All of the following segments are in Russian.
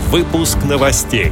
Выпуск новостей.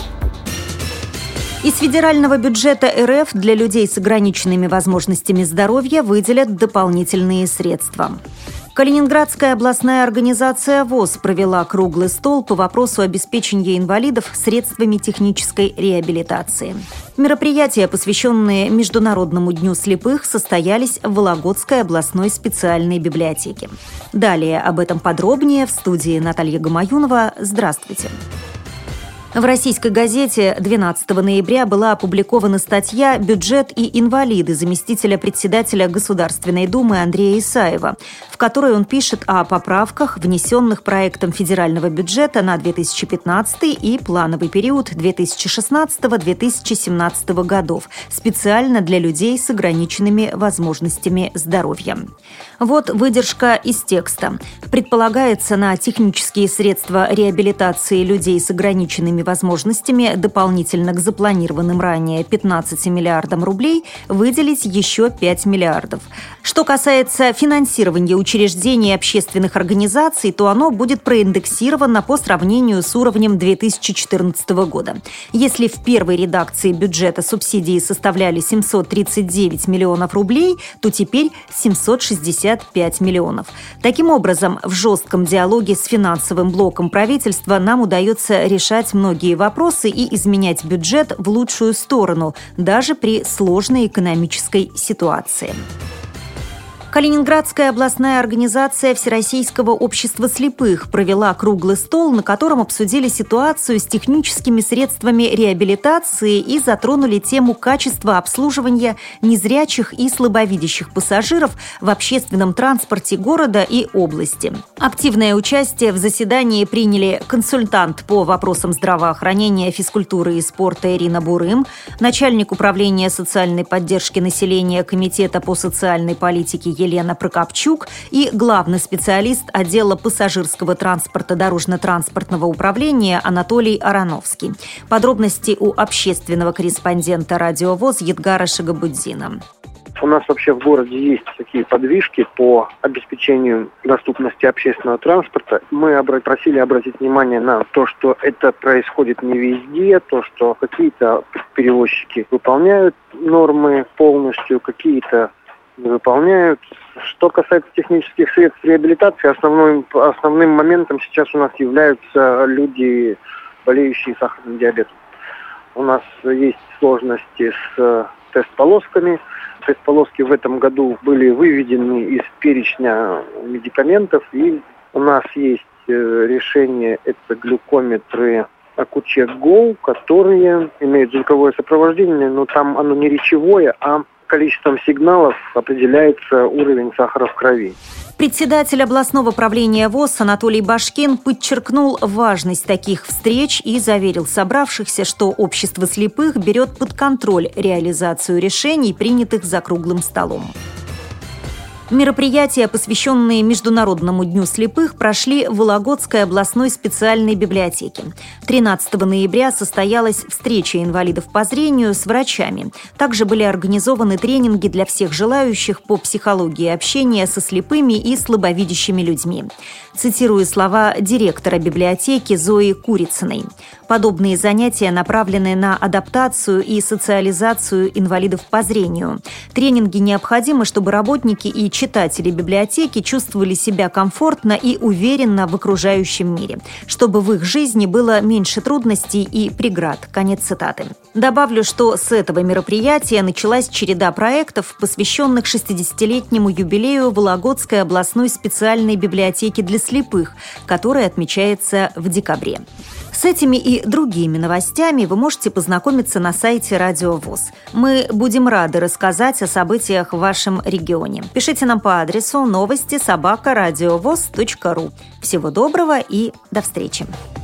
Из федерального бюджета РФ для людей с ограниченными возможностями здоровья выделят дополнительные средства. Калининградская областная организация ВОС провела круглый стол по вопросу обеспечения инвалидов средствами технической реабилитации. Мероприятия, посвященные Международному дню слепых, состоялись в Вологодской областной специальной библиотеке. Далее об этом подробнее в студии Наталья Гамаюнова. Здравствуйте. В российской газете 12 ноября была опубликована статья «Бюджет и инвалиды» заместителя председателя Государственной Думы Андрея Исаева, в которой он пишет о поправках, внесенных проектом федерального бюджета на 2015 и плановый период 2016-2017 годов специально для людей с ограниченными возможностями здоровья. Вот выдержка из текста. Предполагается на технические средства реабилитации людей с ограниченными возможностями дополнительно к запланированным ранее 15 миллиардам рублей выделить еще 5 миллиардов. Что касается финансирования учреждений и общественных организаций, то оно будет проиндексировано по сравнению с уровнем 2014 года. Если в первой редакции бюджета субсидии составляли 739 миллионов рублей, то теперь 765 миллионов. Таким образом, в жестком диалоге с финансовым блоком правительства нам удается решать многие вопросы и изменять бюджет в лучшую сторону, даже при сложной экономической ситуации. Калининградская областная организация Всероссийского общества слепых провела круглый стол, на котором обсудили ситуацию с техническими средствами реабилитации и затронули тему качества обслуживания незрячих и слабовидящих пассажиров в общественном транспорте города и области. Активное участие в заседании приняли консультант по вопросам здравоохранения, физкультуры и спорта Ирина Бурым, начальник управления социальной поддержки населения Комитета по социальной политике Елена Прокопчук и главный специалист отдела пассажирского транспорта дорожно-транспортного управления Анатолий Ароновский. Подробности у общественного корреспондента «Радио ВОС» Едгара Шагабуддина. У нас вообще в городе есть такие подвижки по обеспечению доступности общественного транспорта. Мы просили обратить внимание на то, что это происходит не везде, то, что какие-то перевозчики выполняют нормы полностью, какие-то не выполняют. Что касается технических средств реабилитации, основным моментом сейчас у нас являются люди, болеющие сахарным диабетом. У нас есть сложности с тест-полосками. Тест-полоски в этом году были выведены из перечня медикаментов, и у нас есть решение, это глюкометры Accu-Chek Go, которые имеют звуковое сопровождение, но там оно не речевое, а количеством сигналов определяется уровень сахара в крови. Председатель областного правления ВОС Анатолий Башкин подчеркнул важность таких встреч и заверил собравшихся, что общество слепых берет под контроль реализацию решений, принятых за круглым столом. Мероприятия, посвященные Международному дню слепых, прошли в Вологодской областной специальной библиотеке. 13 ноября состоялась встреча инвалидов по зрению с врачами. Также были организованы тренинги для всех желающих по психологии общения со слепыми и слабовидящими людьми. Цитирую слова директора библиотеки Зои Курицыной. Подобные занятия направлены на адаптацию и социализацию инвалидов по зрению. Тренинги необходимы, чтобы работники и читатели библиотеки чувствовали себя комфортно и уверенно в окружающем мире, чтобы в их жизни было меньше трудностей и преград. Конец цитаты. Добавлю, что с этого мероприятия началась череда проектов, посвященных 60-летнему юбилею Вологодской областной специальной библиотеки для слепых, который отмечается в декабре. С этими и другими новостями вы можете познакомиться на сайте Радио ВОС. Мы будем рады рассказать о событиях в вашем регионе. Пишите нам по адресу новости@радиовос.ру. Всего доброго и до встречи!